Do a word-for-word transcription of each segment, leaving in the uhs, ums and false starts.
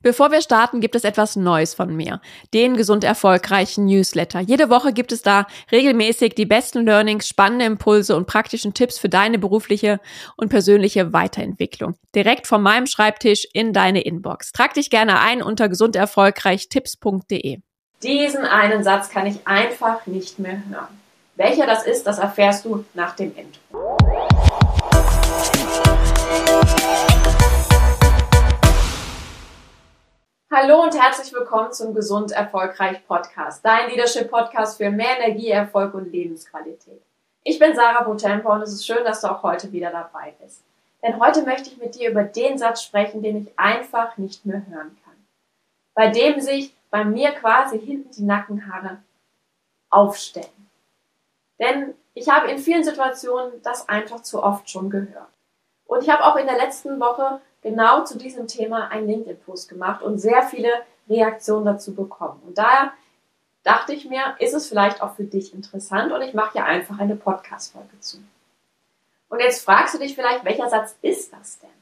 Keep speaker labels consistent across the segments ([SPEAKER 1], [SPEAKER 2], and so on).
[SPEAKER 1] Bevor wir starten, gibt es etwas Neues von mir, den gesund erfolgreichen Newsletter. Jede Woche gibt es da regelmäßig die besten Learnings, spannende Impulse und praktischen Tipps für deine berufliche und persönliche Weiterentwicklung. Direkt von meinem Schreibtisch in deine Inbox. Trag dich gerne ein unter gesunderfolgreichtipps punkt de. Diesen einen Satz kann ich einfach nicht mehr hören. Welcher das ist, das erfährst du nach dem Intro. Hallo und herzlich willkommen zum Gesund Erfolgreich Podcast, dein Leadership-Podcast für mehr Energie, Erfolg und Lebensqualität. Ich bin Sarah Botempo und es ist schön, dass du auch heute wieder dabei bist. Denn heute möchte ich mit dir über den Satz sprechen, den ich einfach nicht mehr hören kann. Bei dem sich bei mir quasi hinten die Nackenhaare aufstellen. Denn ich habe in vielen Situationen das einfach zu oft schon gehört. Und ich habe auch in der letzten Woche genau zu diesem Thema einen LinkedIn-Post gemacht und sehr viele Reaktionen dazu bekommen. Und daher dachte ich mir, ist es vielleicht auch für dich interessant und ich mache hier einfach eine Podcast-Folge zu. Und jetzt fragst du dich vielleicht, welcher Satz ist das denn?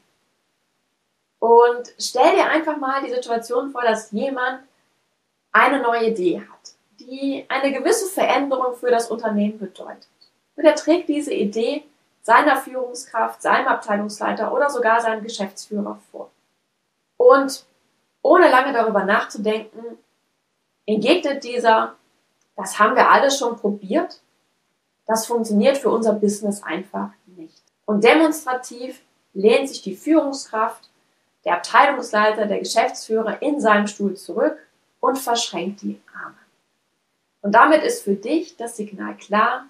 [SPEAKER 1] Und stell dir einfach mal die Situation vor, dass jemand eine neue Idee hat, die eine gewisse Veränderung für das Unternehmen bedeutet. Und er trägt diese Idee seiner Führungskraft, seinem Abteilungsleiter oder sogar seinem Geschäftsführer vor. Und ohne lange darüber nachzudenken, entgegnet dieser, das haben wir alles schon probiert, das funktioniert für unser Business einfach nicht. Und demonstrativ lehnt sich die Führungskraft, der Abteilungsleiter, der Geschäftsführer in seinem Stuhl zurück und verschränkt die Arme. Und damit ist für dich das Signal klar,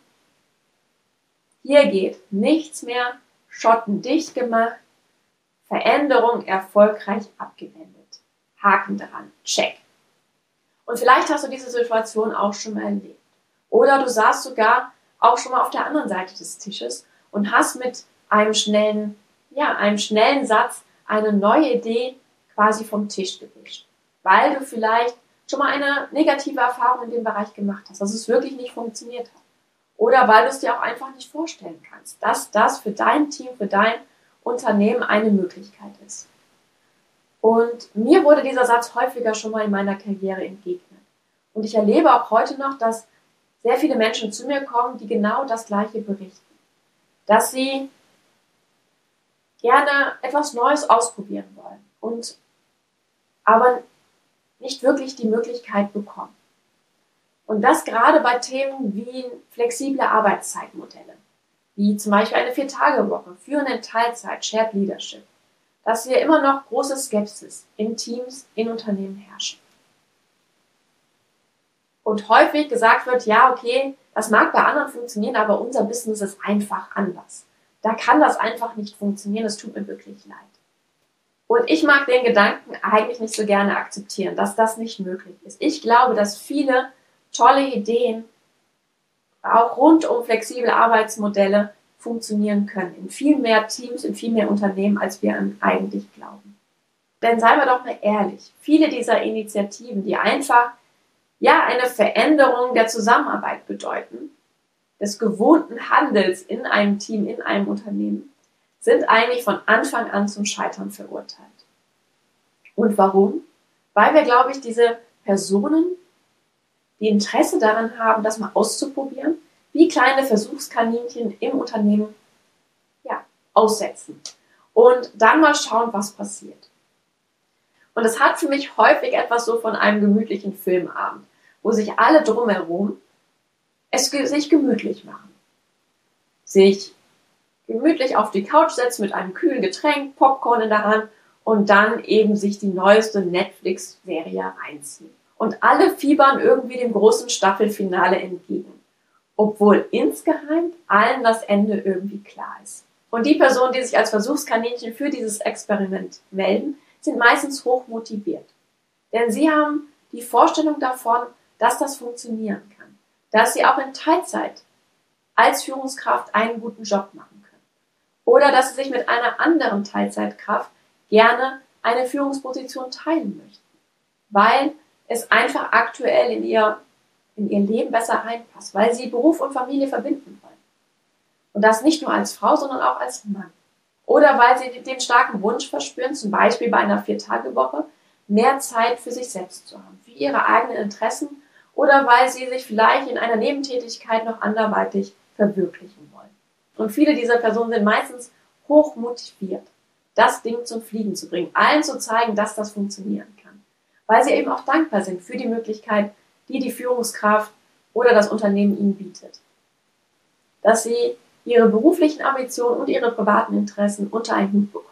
[SPEAKER 1] hier geht nichts mehr, Schotten dicht gemacht, Veränderung erfolgreich abgewendet. Haken dran, check. Und vielleicht hast du diese Situation auch schon mal erlebt. Oder du saßt sogar auch schon mal auf der anderen Seite des Tisches und hast mit einem schnellen, ja, einem schnellen Satz eine neue Idee quasi vom Tisch gewischt. Weil du vielleicht schon mal eine negative Erfahrung in dem Bereich gemacht hast, dass es wirklich nicht funktioniert hat. Oder weil du es dir auch einfach nicht vorstellen kannst, dass das für dein Team, für dein Unternehmen eine Möglichkeit ist. Und mir wurde dieser Satz häufiger schon mal in meiner Karriere entgegnet. Und ich erlebe auch heute noch, dass sehr viele Menschen zu mir kommen, die genau das Gleiche berichten. Dass sie gerne etwas Neues ausprobieren wollen und aber nicht wirklich die Möglichkeit bekommen. Und das gerade bei Themen wie flexible Arbeitszeitmodelle, wie zum Beispiel eine Vier-Tage-Woche, Führen in Teilzeit, Shared Leadership, dass hier immer noch große Skepsis in Teams, in Unternehmen herrschen. Und häufig gesagt wird, ja, okay, das mag bei anderen funktionieren, aber unser Business ist einfach anders. Da kann das einfach nicht funktionieren, es tut mir wirklich leid. Und ich mag den Gedanken eigentlich nicht so gerne akzeptieren, dass das nicht möglich ist. Ich glaube, dass viele tolle Ideen, auch rund um flexible Arbeitsmodelle, funktionieren können. In viel mehr Teams, in viel mehr Unternehmen, als wir eigentlich glauben. Denn seien wir doch mal ehrlich, viele dieser Initiativen, die einfach ja eine Veränderung der Zusammenarbeit bedeuten, des gewohnten Handels in einem Team, in einem Unternehmen, sind eigentlich von Anfang an zum Scheitern verurteilt. Und warum? Weil wir, glaube ich, diese Personen, die Interesse daran haben, das mal auszuprobieren, wie kleine Versuchskaninchen im Unternehmen ja, aussetzen und dann mal schauen, was passiert. Und es hat für mich häufig etwas so von einem gemütlichen Filmabend, wo sich alle drumherum es sich gemütlich machen. Sich gemütlich auf die Couch setzen mit einem kühlen Getränk, Popcorn in der Hand und dann eben sich die neueste Netflix-Serie reinziehen. Und alle fiebern irgendwie dem großen Staffelfinale entgegen, obwohl insgeheim allen das Ende irgendwie klar ist. Und die Personen, die sich als Versuchskaninchen für dieses Experiment melden, sind meistens hoch motiviert. Denn sie haben die Vorstellung davon, dass das funktionieren kann. Dass sie auch in Teilzeit als Führungskraft einen guten Job machen können. Oder dass sie sich mit einer anderen Teilzeitkraft gerne eine Führungsposition teilen möchten. Weil es einfach aktuell in ihr, in ihr Leben besser reinpasst, weil sie Beruf und Familie verbinden wollen. Und das nicht nur als Frau, sondern auch als Mann. Oder weil sie den starken Wunsch verspüren, zum Beispiel bei einer Vier-Tage-Woche, mehr Zeit für sich selbst zu haben, für ihre eigenen Interessen oder weil sie sich vielleicht in einer Nebentätigkeit noch anderweitig verwirklichen wollen. Und viele dieser Personen sind meistens hoch motiviert, das Ding zum Fliegen zu bringen, allen zu zeigen, dass das funktionieren kann, weil sie eben auch dankbar sind für die Möglichkeit, die die Führungskraft oder das Unternehmen ihnen bietet. Dass sie ihre beruflichen Ambitionen und ihre privaten Interessen unter einen Hut bekommen.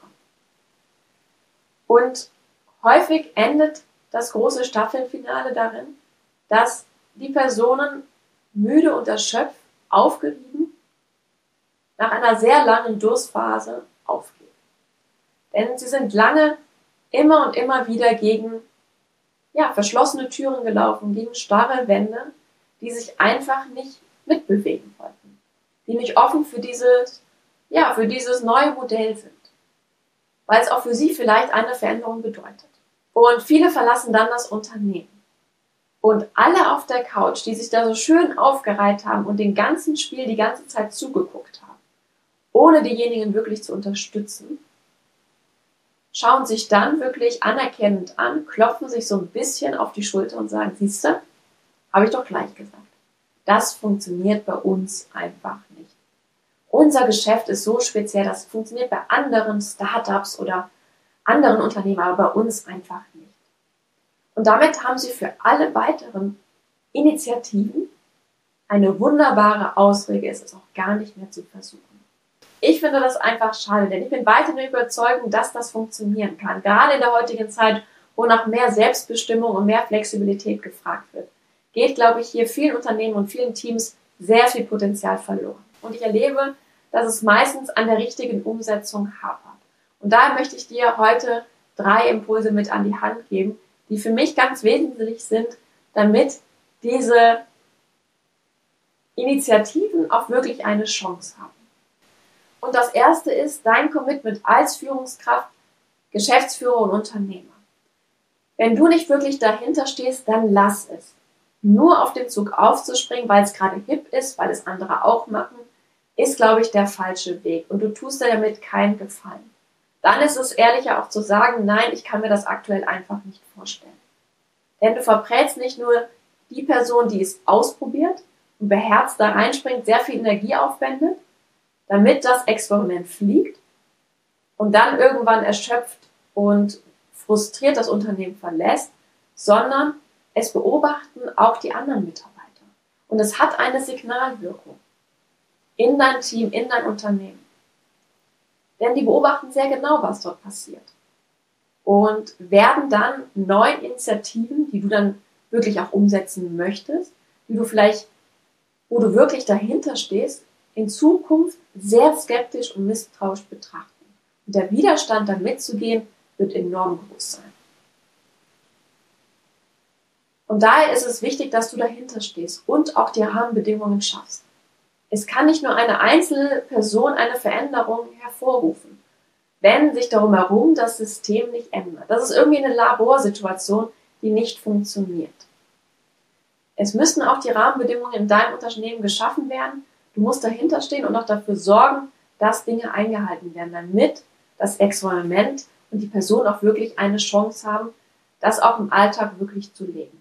[SPEAKER 1] Und häufig endet das große Staffelfinale darin, dass die Personen müde und erschöpft, aufgerieben, nach einer sehr langen Durstphase aufgeben. Denn sie sind lange immer und immer wieder gegen ja, verschlossene Türen gelaufen, gegen starre Wände, die sich einfach nicht mitbewegen wollten, die nicht offen für dieses, ja, für dieses neue Modell sind, weil es auch für sie vielleicht eine Veränderung bedeutet. Und viele verlassen dann das Unternehmen. Und alle auf der Couch, die sich da so schön aufgereiht haben und den ganzen Spiel die ganze Zeit zugeguckt haben, ohne diejenigen wirklich zu unterstützen, schauen sich dann wirklich anerkennend an, klopfen sich so ein bisschen auf die Schulter und sagen, siehste, habe ich doch gleich gesagt. Das funktioniert bei uns einfach nicht. Unser Geschäft ist so speziell, das funktioniert bei anderen Startups oder anderen Unternehmen, aber bei uns einfach nicht. Und damit haben sie für alle weiteren Initiativen eine wunderbare Ausrede, es ist auch gar nicht mehr zu versuchen. Ich finde das einfach schade, denn ich bin weiterhin der Überzeugung, dass das funktionieren kann. Gerade in der heutigen Zeit, wo nach mehr Selbstbestimmung und mehr Flexibilität gefragt wird, geht, glaube ich, hier vielen Unternehmen und vielen Teams sehr viel Potenzial verloren. Und ich erlebe, dass es meistens an der richtigen Umsetzung hapert. Und daher möchte ich dir heute drei Impulse mit an die Hand geben, die für mich ganz wesentlich sind, damit diese Initiativen auch wirklich eine Chance haben. Und das erste ist dein Commitment als Führungskraft, Geschäftsführer und Unternehmer. Wenn du nicht wirklich dahinter stehst, dann lass es. Nur auf den Zug aufzuspringen, weil es gerade hip ist, weil es andere auch machen, ist, glaube ich, der falsche Weg. Und du tust dir damit keinen Gefallen. Dann ist es ehrlicher auch zu sagen, nein, ich kann mir das aktuell einfach nicht vorstellen. Denn du verprätst nicht nur die Person, die es ausprobiert und beherzt da reinspringt, sehr viel Energie aufwendet, damit das Experiment fliegt und dann irgendwann erschöpft und frustriert das Unternehmen verlässt, sondern es beobachten auch die anderen Mitarbeiter. Und es hat eine Signalwirkung in dein Team, in dein Unternehmen. Denn die beobachten sehr genau, was dort passiert. Und werden dann neuen Initiativen, die du dann wirklich auch umsetzen möchtest, die du vielleicht, wo du wirklich dahinter stehst, in Zukunft sehr skeptisch und misstrauisch betrachten. Und der Widerstand, dann mitzugehen, wird enorm groß sein. Und daher ist es wichtig, dass du dahinter stehst und auch die Rahmenbedingungen schaffst. Es kann nicht nur eine einzelne Person eine Veränderung hervorrufen, wenn sich darum herum das System nicht ändert. Das ist irgendwie eine Laborsituation, die nicht funktioniert. Es müssen auch die Rahmenbedingungen in deinem Unternehmen geschaffen werden. Du musst dahinter stehen und auch dafür sorgen, dass Dinge eingehalten werden, damit das Experiment und die Person auch wirklich eine Chance haben, das auch im Alltag wirklich zu leben.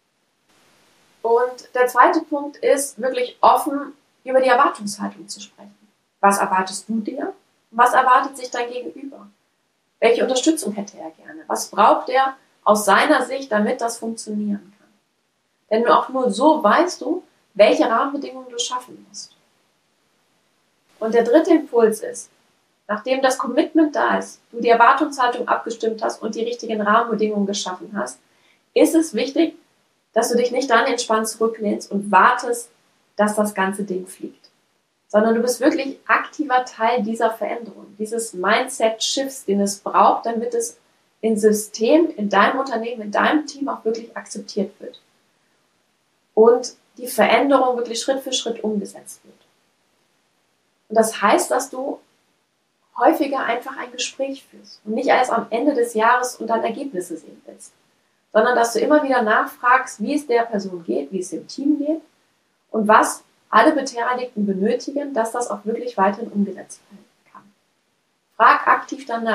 [SPEAKER 1] Und der zweite Punkt ist, wirklich offen über die Erwartungshaltung zu sprechen. Was erwartest du dir? Was erwartet sich dein Gegenüber? Welche Unterstützung hätte er gerne? Was braucht er aus seiner Sicht, damit das funktionieren kann? Denn auch nur so weißt du, welche Rahmenbedingungen du schaffen musst. Und der dritte Impuls ist, nachdem das Commitment da ist, du die Erwartungshaltung abgestimmt hast und die richtigen Rahmenbedingungen geschaffen hast, ist es wichtig, dass du dich nicht dann entspannt zurücklehnst und wartest, dass das ganze Ding fliegt. Sondern du bist wirklich aktiver Teil dieser Veränderung, dieses Mindset-Shifts, den es braucht, damit es im System, in deinem Unternehmen, in deinem Team auch wirklich akzeptiert wird. Und die Veränderung wirklich Schritt für Schritt umgesetzt wird. Und das heißt, dass du häufiger einfach ein Gespräch führst und nicht erst am Ende des Jahres und dann Ergebnisse sehen willst, sondern dass du immer wieder nachfragst, wie es der Person geht, wie es dem Team geht und was alle Beteiligten benötigen, dass das auch wirklich weiterhin umgesetzt werden kann. Frag aktiv danach,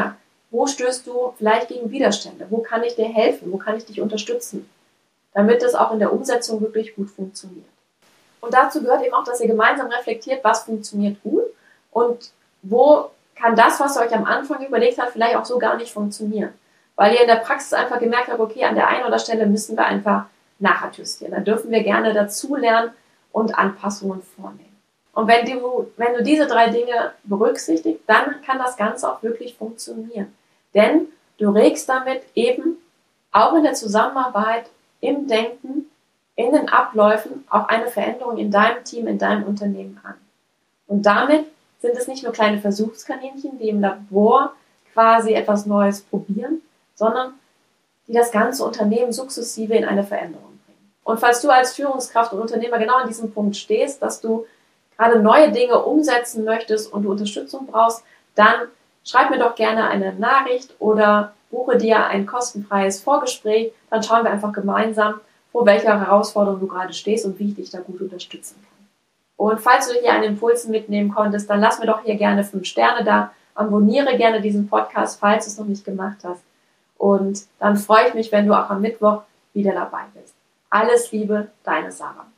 [SPEAKER 1] wo stößt du vielleicht gegen Widerstände? Wo kann ich dir helfen? Wo kann ich dich unterstützen? Damit es auch in der Umsetzung wirklich gut funktioniert. Und dazu gehört eben auch, dass ihr gemeinsam reflektiert, was funktioniert gut und wo kann das, was ihr euch am Anfang überlegt habt, vielleicht auch so gar nicht funktionieren. Weil ihr in der Praxis einfach gemerkt habt, okay, an der einen oder anderen Stelle müssen wir einfach nachjustieren. Dann dürfen wir gerne dazulernen und Anpassungen vornehmen. Und wenn du, wenn du diese drei Dinge berücksichtigst, dann kann das Ganze auch wirklich funktionieren. Denn du regst damit eben auch in der Zusammenarbeit, im Denken, in den Abläufen auch eine Veränderung in deinem Team, in deinem Unternehmen an. Und damit sind es nicht nur kleine Versuchskaninchen, die im Labor quasi etwas Neues probieren, sondern die das ganze Unternehmen sukzessive in eine Veränderung bringen. Und falls du als Führungskraft und Unternehmer genau an diesem Punkt stehst, dass du gerade neue Dinge umsetzen möchtest und du Unterstützung brauchst, dann schreib mir doch gerne eine Nachricht oder buche dir ein kostenfreies Vorgespräch. Dann schauen wir einfach gemeinsam, vor welcher Herausforderung du gerade stehst und wie ich dich da gut unterstützen kann. Und falls du hier einen Impuls mitnehmen konntest, dann lass mir doch hier gerne fünf Sterne da. Abonniere gerne diesen Podcast, falls du es noch nicht gemacht hast. Und dann freue ich mich, wenn du auch am Mittwoch wieder dabei bist. Alles Liebe, deine Sarah.